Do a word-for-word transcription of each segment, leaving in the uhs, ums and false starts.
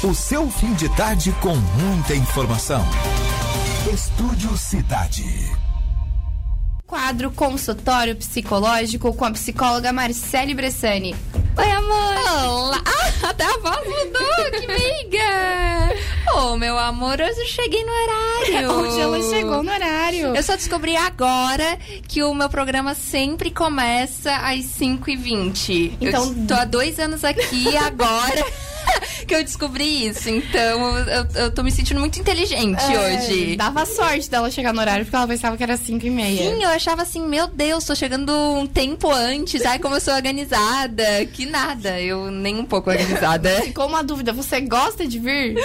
O seu fim de tarde com muita informação. Estúdio Cidade. Quadro Consultório Psicológico com a psicóloga Marcele Bressani. Oi, amor! Olá! Ah, até a voz mudou, que meiga! Ô, oh, meu amor, hoje eu cheguei no horário. Hoje ela chegou no horário. Eu só descobri agora que o meu programa sempre começa às cinco e vinte. Então, eu tô há dois anos aqui e agora que eu descobri isso. Então, eu, eu tô me sentindo muito inteligente é, hoje. Dava sorte dela chegar no horário, porque ela pensava que era cinco e meia. Sim, eu achava assim, meu Deus, tô chegando um tempo antes. Ai, como eu sou organizada. Que nada, eu nem um pouco organizada. Ficou uma dúvida, você gosta de vir?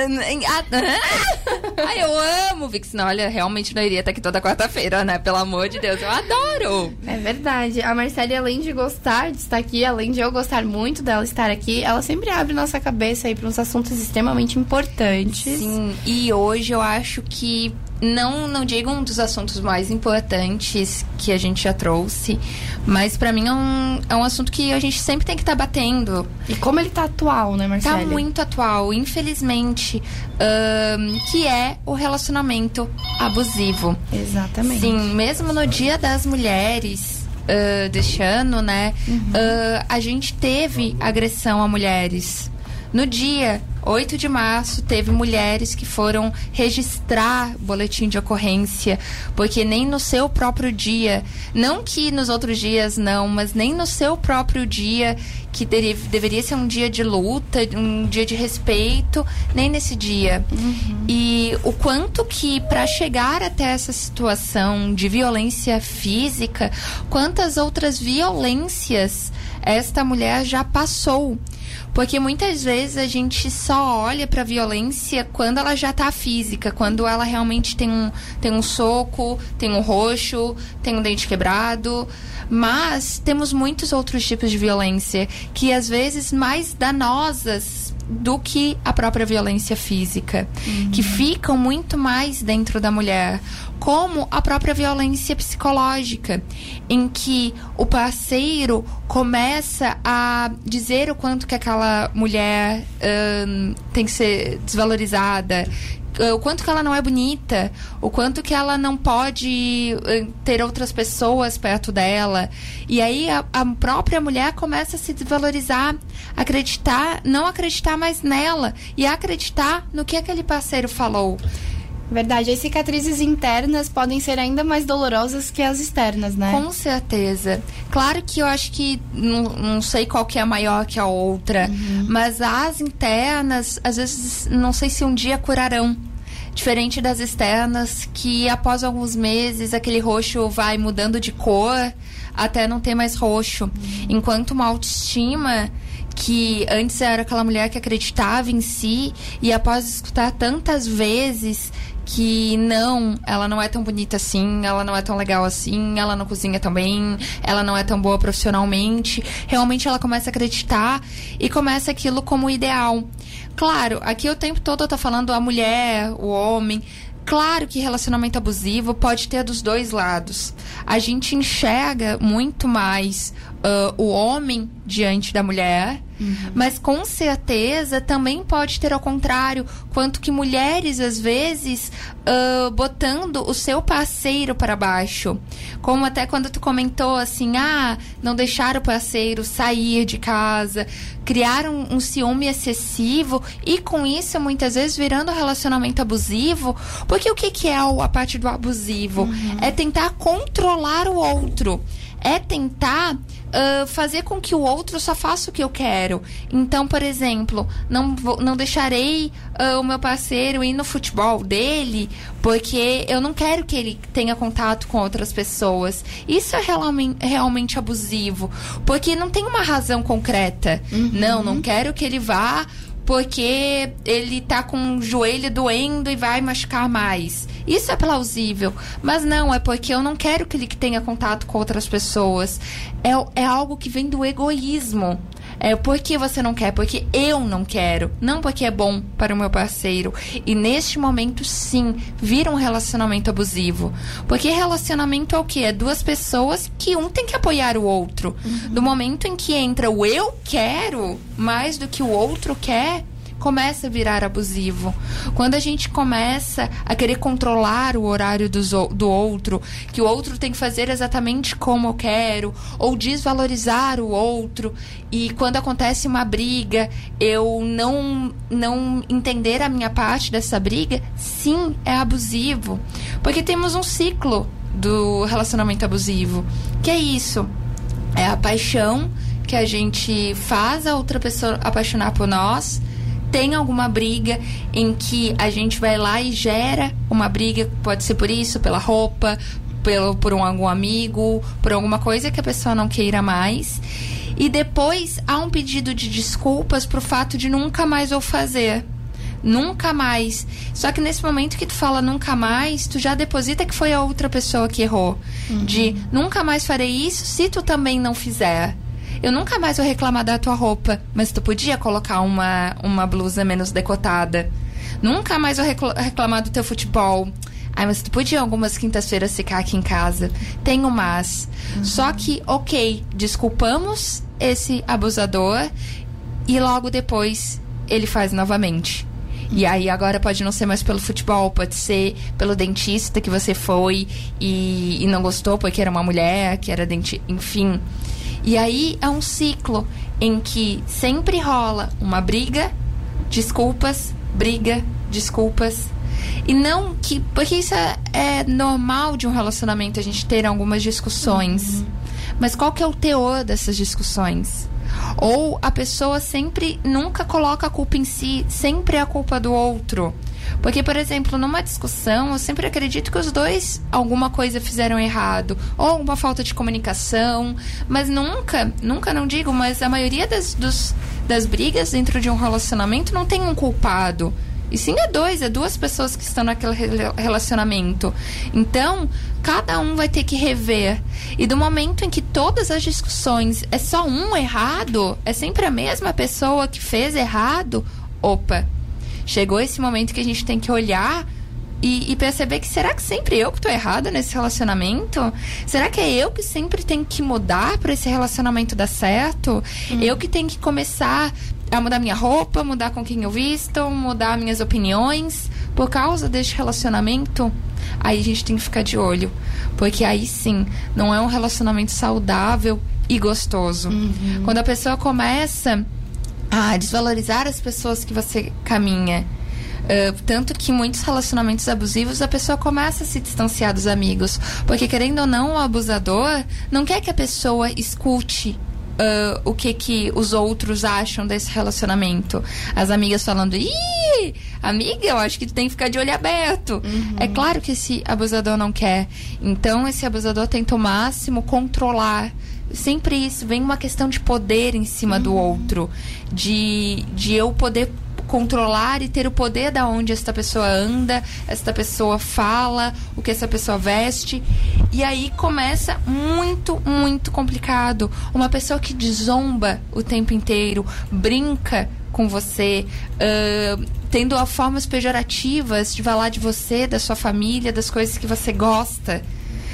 Ai, eu amo vir, senão, olha, realmente não iria estar aqui toda quarta-feira, né? Pelo amor de Deus, eu adoro. É verdade. A Marcele, além de gostar de estar aqui, além de eu gostar muito dela estar aqui, ela sempre abre nossa cabeça aí para uns assuntos extremamente importantes. Sim, e hoje eu acho que não, não digo um dos assuntos mais importantes que a gente já trouxe, mas pra mim é um, é um assunto que a gente sempre tem que estar tá batendo. E como ele tá atual, né, Marcele? Tá muito atual, infelizmente, um, que é o relacionamento abusivo. Exatamente. Sim, mesmo no Dia das Mulheres uh, deste ano, né, uhum. uh, a gente teve agressão a mulheres. No dia oito de março, teve mulheres que foram registrar boletim de ocorrência, porque nem no seu próprio dia, não que nos outros dias não, mas nem no seu próprio dia, que deve, deveria ser um dia de luta, um dia de respeito, nem nesse dia. Uhum. E o quanto que, para chegar até essa situação de violência física, quantas outras violências esta mulher já passou. Porque muitas vezes a gente só olha pra violência quando ela já tá física, quando ela realmente tem um, tem um soco, tem um roxo, tem um dente quebrado. Mas temos muitos outros tipos de violência que às vezes mais danosas do que a própria violência física, uhum. que ficam muito mais dentro da mulher, como a própria violência psicológica, em que o parceiro começa a dizer o quanto que aquela mulher hum, tem que ser desvalorizada, o quanto que ela não é bonita, o quanto que ela não pode uh, ter outras pessoas perto dela. E aí a, a própria mulher começa a se desvalorizar, acreditar, não acreditar mais nela e acreditar no que aquele parceiro falou. Verdade, as cicatrizes internas podem ser ainda mais dolorosas que as externas, né? Com certeza. Claro que eu acho que não, não sei qual que é maior que a outra, uhum. mas as internas, às vezes, não sei se um dia curarão. Diferente das externas, que após alguns meses aquele roxo vai mudando de cor até não ter mais roxo. Uhum. Enquanto uma autoestima que antes era aquela mulher que acreditava em si e após escutar tantas vezes que não, ela não é tão bonita assim, ela não é tão legal assim, ela não cozinha tão bem, ela não é tão boa profissionalmente, realmente ela começa a acreditar e começa aquilo como ideal. Claro, aqui o tempo todo eu tô falando a mulher, o homem. Claro que relacionamento abusivo pode ter dos dois lados. A gente enxerga muito mais uh, o homem diante da mulher, uhum. mas com certeza também pode ter ao contrário, quanto que mulheres às vezes uh, botando o seu parceiro para baixo. Como até quando tu comentou assim, ah, não deixar o parceiro sair de casa, criar um, um ciúme excessivo e com isso muitas vezes virando um relacionamento abusivo. Porque o que, que é o, a parte do abusivo? Uhum. É tentar controlar o outro. É tentar uh, fazer com que o outro só faça o que eu quero. Então, por exemplo, não, vou, não deixarei uh, o meu parceiro ir no futebol dele porque eu não quero que ele tenha contato com outras pessoas. Isso é realmente, realmente abusivo. Porque não tem uma razão concreta. Uhum. Não, não quero que ele vá porque ele tá com o joelho doendo e vai machucar mais. Isso é plausível. Mas não, é porque eu não quero que ele tenha contato com outras pessoas. É, é algo que vem do egoísmo. É porque você não quer, porque eu não quero. Não porque é bom para o meu parceiro. E neste momento, sim, vira um relacionamento abusivo. Porque relacionamento é o quê? É duas pessoas que um tem que apoiar o outro. Uhum. Do momento em que entra o eu quero mais do que o outro quer, começa a virar abusivo. Quando a gente começa a querer controlar o horário do, do outro, que o outro tem que fazer exatamente como eu quero, ou desvalorizar o outro, e quando acontece uma briga, eu não, não entender a minha parte dessa briga, sim, é abusivo. Porque temos um ciclo do relacionamento abusivo, que é isso, é a paixão que a gente faz a outra pessoa apaixonar por nós. Tem alguma briga em que a gente vai lá e gera uma briga, pode ser por isso, pela roupa, pelo, por um, algum amigo, por alguma coisa que a pessoa não queira mais. E depois há um pedido de desculpas pro fato de nunca mais eu fazer. Nunca mais. Só que nesse momento que tu fala nunca mais, tu já deposita que foi a outra pessoa que errou. Uhum. De nunca mais farei isso se tu também não fizer. Eu nunca mais vou reclamar da tua roupa, mas tu podia colocar uma, uma blusa menos decotada. Nunca mais vou reclamar do teu futebol. Ai, mas tu podia algumas quintas-feiras ficar aqui em casa. Tem um mas. Uhum. Só que, ok, desculpamos esse abusador e logo depois ele faz novamente. E aí agora pode não ser mais pelo futebol, pode ser pelo dentista que você foi e, e não gostou porque era uma mulher, que era dentista, enfim. E aí é um ciclo em que sempre rola uma briga, desculpas, briga, desculpas. E não que... Porque isso é, é normal de um relacionamento, a gente ter algumas discussões. Uhum. Mas qual que é o teor dessas discussões? Ou a pessoa sempre, nunca coloca a culpa em si, sempre é a culpa do outro. Porque, por exemplo, numa discussão, eu sempre acredito que os dois alguma coisa fizeram errado, ou alguma falta de comunicação, mas nunca, nunca não digo, mas a maioria das, dos, das brigas dentro de um relacionamento não tem um culpado. E sim é dois, é duas pessoas que estão naquele relacionamento. Então, cada um vai ter que rever. E do momento em que todas as discussões é só um errado, é sempre a mesma pessoa que fez errado, opa, chegou esse momento que a gente tem que olhar e, e perceber que será que sempre eu que tô errada nesse relacionamento? Será que é eu que sempre tenho que mudar para esse relacionamento dar certo? Hum. Eu que tenho que começar a mudar minha roupa, mudar com quem eu visto, mudar minhas opiniões por causa deste relacionamento? Aí a gente tem que ficar de olho, porque aí sim, não é um relacionamento saudável e gostoso. Uhum. Quando a pessoa começa a desvalorizar as pessoas que você caminha, uh, tanto que muitos relacionamentos abusivos a pessoa começa a se distanciar dos amigos, porque querendo ou não, o abusador não quer que a pessoa escute Uh, o que que os outros acham desse relacionamento. As amigas falando, ih, amiga, eu acho que tu tem que ficar de olho aberto. Uhum. É claro que esse abusador não quer. Então, esse abusador tenta o máximo controlar. Sempre isso, vem uma questão de poder em cima uhum. do outro. De, de eu poder controlar e ter o poder da onde esta pessoa anda, esta pessoa fala, o que essa pessoa veste. E aí começa muito, muito complicado. Uma pessoa que desomba o tempo inteiro, brinca com você, uh, tendo formas pejorativas de falar de você, da sua família, das coisas que você gosta.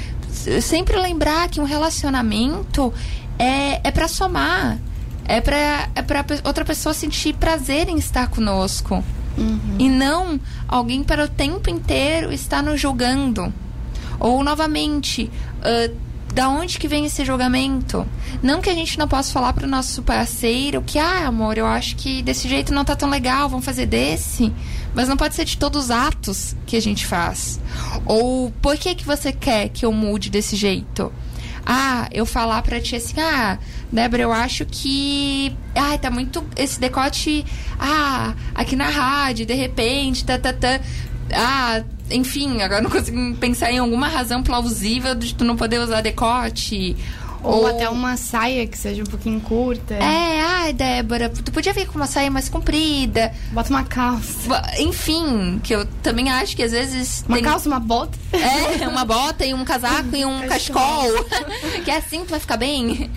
Sempre lembrar que um relacionamento é, é pra somar. É pra, é pra outra pessoa sentir prazer em estar conosco. Uhum. E não alguém para o tempo inteiro estar nos julgando. Ou, novamente, uh, da onde que vem esse julgamento? Não que a gente não possa falar para o nosso parceiro que, ah, amor, eu acho que desse jeito não tá tão legal, vamos fazer desse. Mas não pode ser de todos os atos que a gente faz. Ou, por que que você quer que eu mude desse jeito? Ah, eu falar pra ti assim, ah, Débora, eu acho que... Ah, tá muito... Esse decote... Ah, aqui na rádio, de repente, tá, tá, tá... Ah, enfim, agora não consigo pensar em alguma razão plausível de tu não poder usar decote. Ou, ou até uma saia que seja um pouquinho curta. É, ai, Débora, tu podia vir com uma saia mais comprida. Bota uma calça. Enfim, que eu também acho que às vezes... Uma tem... calça, uma bota. É, uma bota e um casaco e um cachecol. Que é assim que vai ficar bem.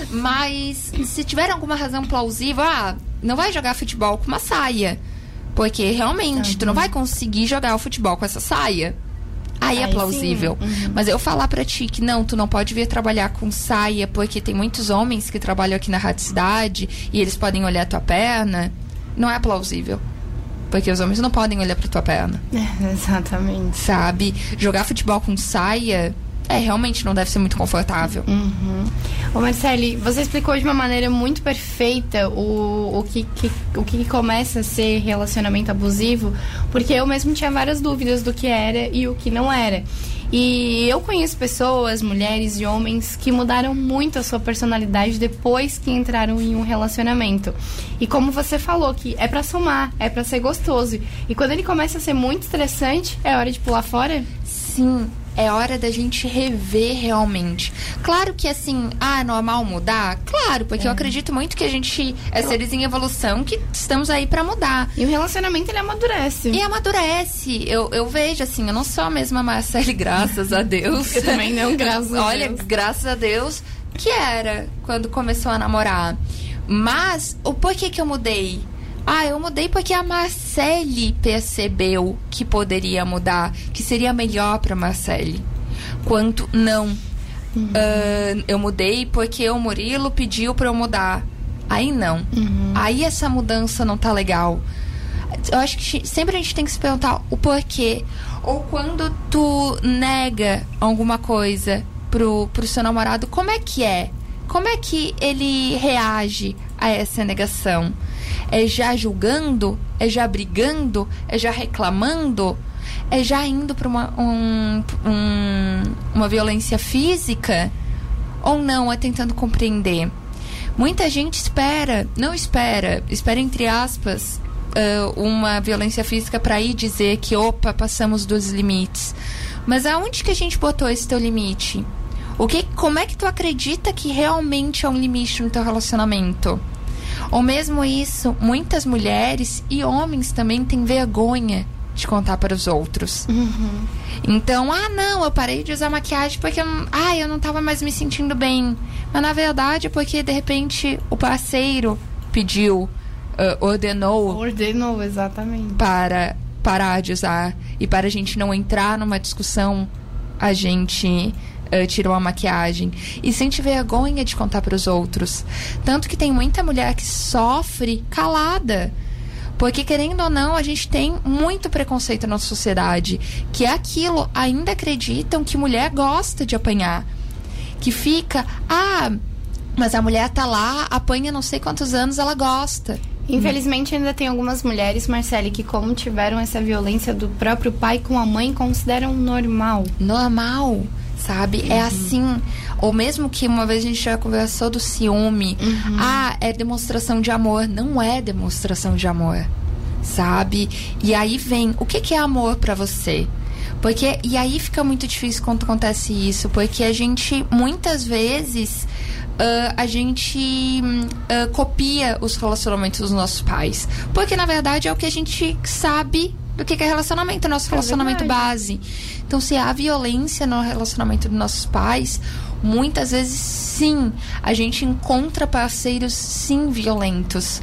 Mas se tiver alguma razão plausível, ah, não vai jogar futebol com uma saia. Porque realmente, uhum. tu não vai conseguir jogar o futebol com essa saia. Aí, Aí é plausível. Uhum. Mas eu falar pra ti que não, tu não pode vir trabalhar com saia, porque tem muitos homens que trabalham aqui na Rádio Cidade e eles podem olhar a tua perna. não é plausível. Porque os homens não podem olhar pra tua perna. É, exatamente. Sabe? Jogar futebol com saia, é, realmente não deve ser muito confortável. Uhum. Ô Marcele, você explicou de uma maneira muito perfeita o, o, que, que, o que começa a ser relacionamento abusivo, porque eu mesmo tinha várias dúvidas do que era e o que não era. E eu conheço pessoas, mulheres e homens, que mudaram muito a sua personalidade depois que entraram em um relacionamento. E como você falou, que é pra somar, é pra ser gostoso. E quando ele começa a ser muito estressante, é hora de pular fora? Sim, é hora da gente rever realmente. Claro que assim, ah, é normal mudar? Claro, porque é. eu acredito muito que a gente é seres em evolução, que estamos aí pra mudar. E o relacionamento, ele amadurece. E amadurece. Eu, eu vejo assim, eu não sou a mesma Marcele, graças a Deus. Eu também não, graças a Deus. Olha, graças a Deus, que era quando começou a namorar. Mas, o porquê que eu mudei? Ah, eu mudei porque a Marcele percebeu que poderia mudar, que seria melhor pra Marcele. Quanto não. Uhum. Uh, eu mudei porque o Murilo pediu pra eu mudar. Aí não. Uhum. Aí essa mudança não tá legal. Eu acho que sempre a gente tem que se perguntar o porquê. Ou quando tu nega alguma coisa pro, pro seu namorado, como é que é? Como é que ele reage a essa negação? É já julgando? É já brigando? É já reclamando? É já indo para uma, um, um, uma violência física? Ou não? É tentando compreender? Muita gente espera, não espera, espera entre aspas, uh, uma violência física para ir dizer que, opa, passamos dos limites. Mas aonde que a gente botou esse teu limite? O que, como é que tu acredita que realmente é um limite no teu relacionamento? Ou mesmo isso, muitas mulheres e homens também têm vergonha de contar para os outros. Uhum. Então, ah, não, eu parei de usar maquiagem porque eu não, ah, eu não tava mais me sentindo bem. Mas na verdade é porque, de repente, o parceiro pediu, uh, ordenou... Ordenou, exatamente. Para parar de usar. E para a gente não entrar numa discussão, a gente... Uh, tirou a maquiagem e sente vergonha de contar para os outros. Tanto que tem muita mulher que sofre calada, porque querendo ou não, a gente tem muito preconceito na sociedade, que é aquilo, ainda acreditam que mulher gosta de apanhar, que fica, ah, mas a mulher tá lá, apanha não sei quantos anos, ela gosta. Infelizmente ainda tem algumas mulheres, Marcele, que como tiveram essa violência do próprio pai com a mãe, consideram normal. Normal. Sabe? Uhum. É assim. Ou mesmo que uma vez a gente já conversou do ciúme. Uhum. Ah, é demonstração de amor. Não é demonstração de amor. Sabe? E aí vem, o que, que é amor pra você? Porque, e aí fica muito difícil quando acontece isso. Porque a gente, muitas vezes... Uh, a gente uh, copia os relacionamentos dos nossos pais. Porque, na verdade, é o que a gente sabe do que é relacionamento, nosso relacionamento é base. Então, se há violência no relacionamento dos nossos pais, muitas vezes, sim, a gente encontra parceiros, sim, violentos.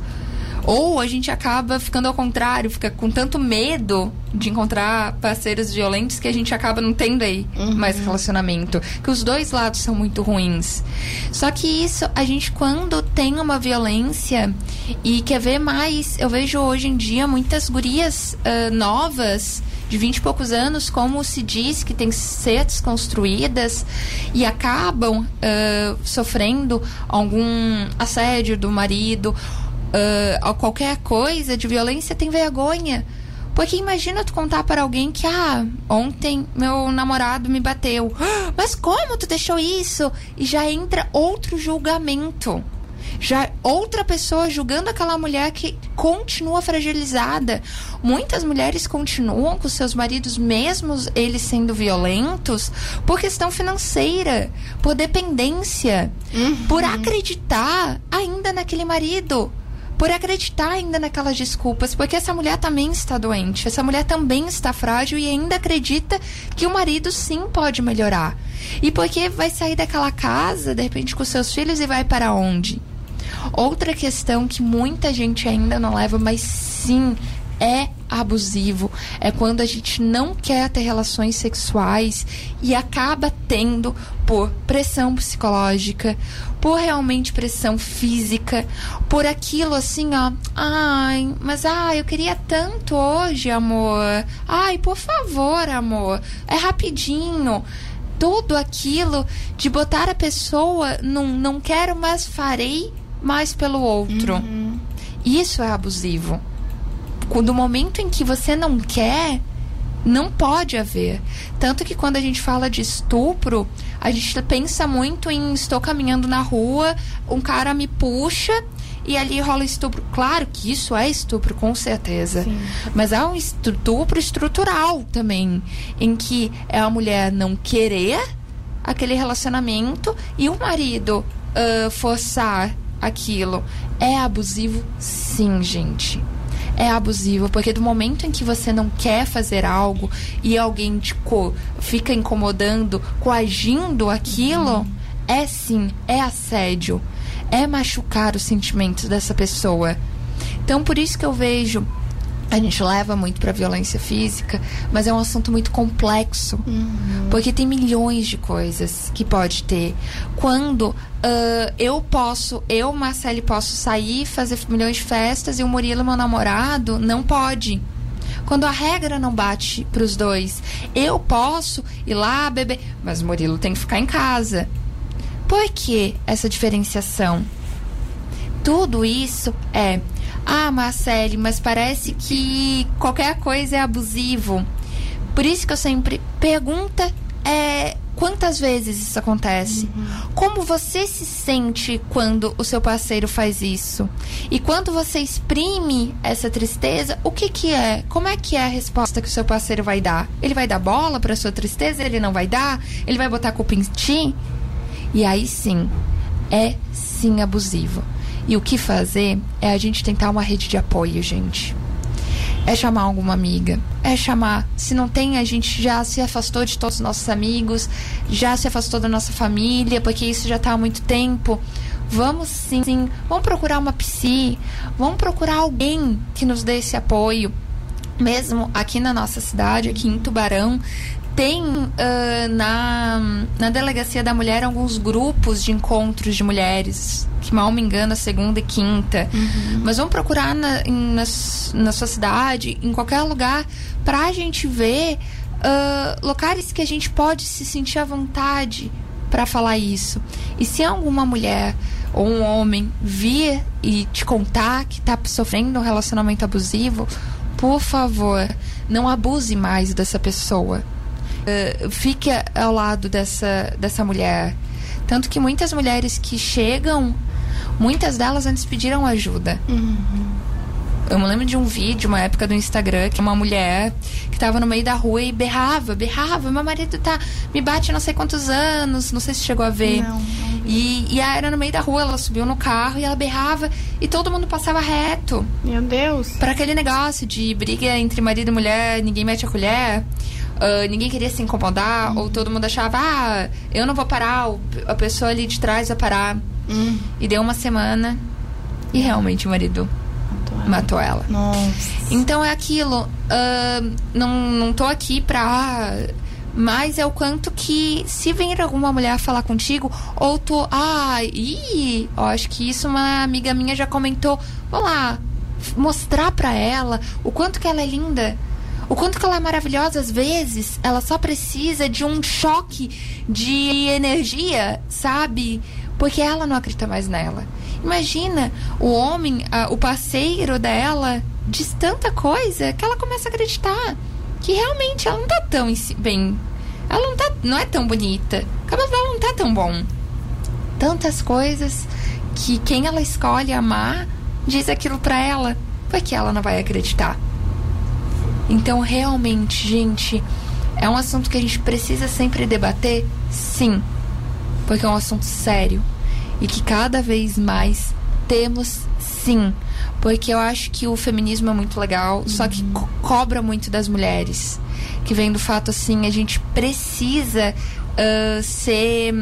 Ou a gente acaba ficando ao contrário, fica com tanto medo de encontrar parceiros violentos que a gente acaba não tendo aí uhum. mais relacionamento. Que os dois lados são muito ruins. Só que isso, a gente quando tem uma violência e quer ver mais, eu vejo hoje em dia muitas gurias uh, novas, de vinte e poucos anos, como se diz que tem que ser desconstruídas e acabam uh, sofrendo algum assédio do marido, Uh, qualquer coisa de violência, tem vergonha. Porque imagina tu contar para alguém que, ah, ontem meu namorado me bateu. Mas como tu deixou isso? E já entra outro julgamento. Já outra pessoa julgando aquela mulher que continua fragilizada. Muitas mulheres continuam com seus maridos, mesmo eles sendo violentos, por questão financeira, por dependência, uhum. por acreditar ainda naquele marido. Por acreditar ainda naquelas desculpas, porque essa mulher também está doente, essa mulher também está frágil e ainda acredita que o marido sim pode melhorar. E porque vai sair daquela casa, de repente, com seus filhos e vai para onde? Outra questão que muita gente ainda não leva, mas sim é abusivo. É quando a gente não quer ter relações sexuais e acaba tendo por pressão psicológica, por realmente pressão física, por aquilo assim, ó, ai, mas ai, eu queria tanto hoje, amor. Ai, por favor, amor, é rapidinho. Tudo aquilo de botar a pessoa num não quero, mas farei mais pelo outro. Uhum. Isso é abusivo. Do momento em que você não quer, não pode haver. Tanto que quando a gente fala de estupro, a gente pensa muito em estou caminhando na rua, um cara me puxa e ali rola estupro. Claro que isso é estupro, com certeza. Sim. Mas há um estupro estrutural também, em que é a mulher não querer aquele relacionamento e o marido uh, forçar aquilo. É abusivo, sim, gente. É abusivo, porque do momento em que você não quer fazer algo e alguém te co- fica incomodando, coagindo aquilo, uhum. é sim, é assédio. É machucar os sentimentos dessa pessoa. Então, por isso que eu vejo, a gente leva muito pra violência física, mas é um assunto muito complexo. Uhum. Porque tem milhões de coisas que pode ter. Quando uh, eu posso, eu, Marcele, posso sair, fazer milhões de festas e o Murilo, meu namorado, não pode. Quando a regra não bate pros dois. Eu posso ir lá beber, mas o Murilo tem que ficar em casa. Por que essa diferenciação? Tudo isso é... Ah, Marcele, mas parece que qualquer coisa é abusivo. Por isso que eu sempre pergunta é, quantas vezes isso acontece? Uhum. Como você se sente quando o seu parceiro faz isso? E quando você exprime essa tristeza, o que que é? Como é que é a resposta que o seu parceiro vai dar? Ele vai dar bola para sua tristeza? Ele não vai dar? Ele vai botar a culpa em ti? E aí sim, é sim abusivo. E o que fazer é a gente tentar uma rede de apoio, gente. É chamar alguma amiga. É chamar... Se não tem, a gente já se afastou de todos os nossos amigos. Já se afastou da nossa família, porque isso já está há muito tempo. Vamos sim, sim. Vamos procurar uma psi. Vamos procurar alguém que nos dê esse apoio. Mesmo aqui na nossa cidade, aqui em Tubarão, tem uh, na, na Delegacia da Mulher alguns grupos de encontros de mulheres, que mal me engano, a segunda e quinta. Uhum. Mas vamos procurar na, em, na, na sua cidade, em qualquer lugar, pra gente ver uh, locais que a gente pode se sentir à vontade pra falar isso. E se alguma mulher ou um homem vir e te contar que tá sofrendo um relacionamento abusivo, por favor, não abuse mais dessa pessoa. Uh, fique ao lado dessa, dessa mulher. Tanto que muitas mulheres que chegam, muitas delas antes pediram ajuda. Uhum. Eu me lembro de um vídeo, uma época do Instagram, que uma mulher que estava no meio da rua e berrava, berrava, meu marido tá, me bate não sei quantos anos, não sei se chegou a ver. Não, não. E, e era no meio da rua, ela subiu no carro e ela berrava e todo mundo passava reto. Meu Deus. Para aquele negócio de briga entre marido e mulher, ninguém mete a colher. Uh, ninguém queria se incomodar, uhum. ou todo mundo achava, ah, eu não vou parar, a pessoa ali de trás vai parar. Uhum. E deu uma semana e realmente o marido matou ela. Matou ela. Nossa. Então é aquilo, uh, não, não tô aqui pra... Mas é o quanto que se vir alguma mulher falar contigo, ou tu, ah, ih, ó, acho que isso uma amiga minha já comentou, vou lá, mostrar pra ela o quanto que ela é linda. O quanto que ela é maravilhosa, às vezes, ela só precisa de um choque de energia, sabe? Porque ela não acredita mais nela. Imagina o homem, a, o parceiro dela, diz tanta coisa que ela começa a acreditar que realmente ela não tá tão bem. Ela não, tá, não é tão bonita. O cabelo dela não tá tão bom. Tantas coisas que quem ela escolhe amar diz aquilo pra ela, porque ela não vai acreditar. Então, realmente, gente, é um assunto que a gente precisa sempre debater, sim, porque é um assunto sério e que cada vez mais temos, sim, porque eu acho que o feminismo é muito legal, uhum. só que co- cobra muito das mulheres, que vem do fato, assim, a gente precisa uh, ser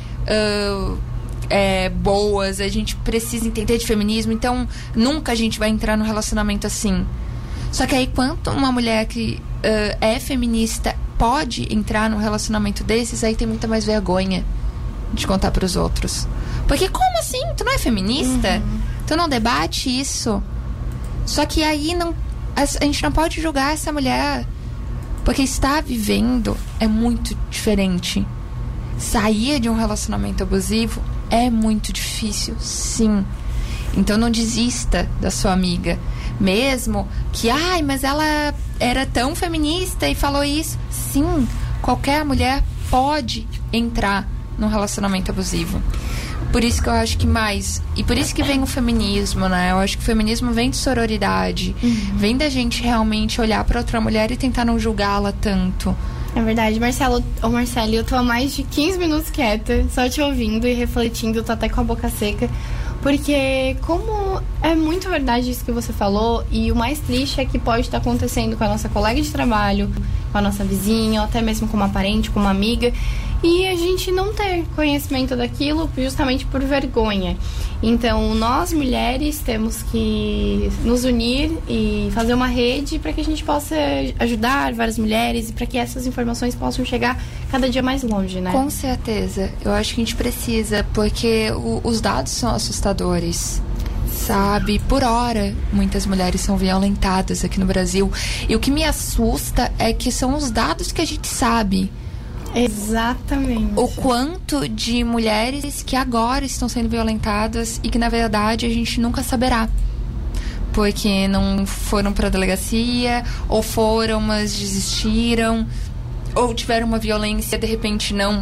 uh, é, boas, a gente precisa entender de feminismo, então nunca a gente vai entrar num relacionamento assim. Só que aí, quanto uma mulher que uh, é feminista pode entrar num relacionamento desses, aí tem muita mais vergonha de contar pros outros. Porque como assim? Tu não é feminista? Uhum. Tu não debate isso? Só que aí não, a, a gente não pode julgar essa mulher, porque estar vivendo é muito diferente. Sair de um relacionamento abusivo é muito difícil, sim. Então não desista da sua amiga. Mesmo que, ai, mas ela era tão feminista e falou isso. Sim, qualquer mulher pode entrar num relacionamento abusivo. Por isso que eu acho que mais... E por isso que vem o feminismo, né? Eu acho que o feminismo vem de sororidade. Uhum. Vem da gente realmente olhar pra outra mulher e tentar não julgá-la tanto. É verdade. Marcelo, ô Marcelo, eu tô há mais de quinze minutos quieta, só te ouvindo e refletindo, tô até com a boca seca. Porque como é muito verdade isso que você falou, e o mais triste é que pode estar acontecendo com a nossa colega de trabalho, com a nossa vizinha, ou até mesmo com uma parente, com uma amiga, e a gente não ter conhecimento daquilo justamente por vergonha. Então, nós mulheres temos que nos unir e fazer uma rede para que a gente possa ajudar várias mulheres e para que essas informações possam chegar cada dia mais longe, né? Com certeza. Eu acho que a gente precisa, porque o, os dados são assustadores. Sabe, por hora muitas mulheres são violentadas aqui no Brasil. E o que me assusta é que são os dados que a gente sabe. Exatamente. O quanto de mulheres que agora estão sendo violentadas e que na verdade a gente nunca saberá, porque não foram para a delegacia, ou foram, mas desistiram, ou tiveram uma violência de repente não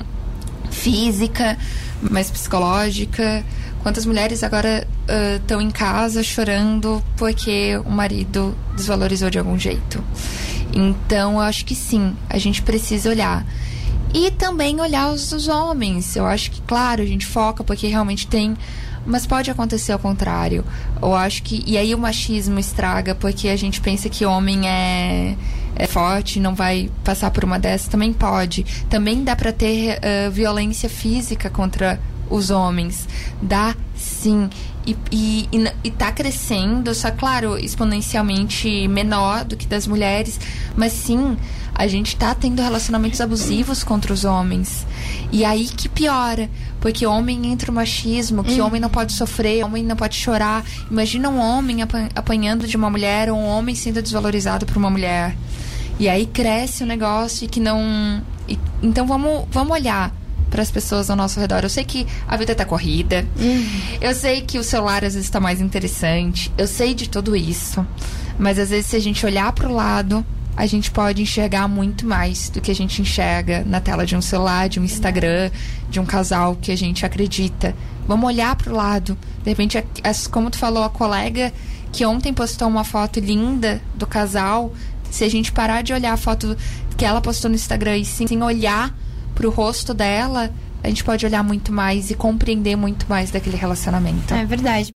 física, mas psicológica. Quantas mulheres agora estão uh, em casa chorando porque o marido desvalorizou de algum jeito. Então eu acho que sim, a gente precisa olhar. E também olhar os, os homens. Eu acho que, claro, a gente foca porque realmente tem, mas pode acontecer ao contrário. Eu acho que... E aí o machismo estraga porque a gente pensa que homem é, é forte, não vai passar por uma dessas. Também pode. Também dá pra ter uh, violência física contra os homens. Dá, sim. E, e, e, e tá crescendo, só, claro, exponencialmente menor do que das mulheres. Mas sim... A gente tá tendo relacionamentos abusivos contra os homens. E aí que piora. Porque homem entra o machismo, que hum. homem não pode sofrer, homem não pode chorar. Imagina um homem apanhando de uma mulher, ou um homem sendo desvalorizado por uma mulher. E aí cresce o negócio e que não... E, então vamos, vamos olhar para as pessoas ao nosso redor. Eu sei que a vida tá corrida. Hum. Eu sei que o celular às vezes tá mais interessante. Eu sei de tudo isso. Mas às vezes se a gente olhar pro lado... a gente pode enxergar muito mais do que a gente enxerga na tela de um celular, de um Instagram, de um casal que a gente acredita. Vamos olhar pro lado. De repente, como tu falou, a colega que ontem postou uma foto linda do casal, se a gente parar de olhar a foto que ela postou no Instagram e sim olhar pro rosto dela, a gente pode olhar muito mais e compreender muito mais daquele relacionamento. É verdade.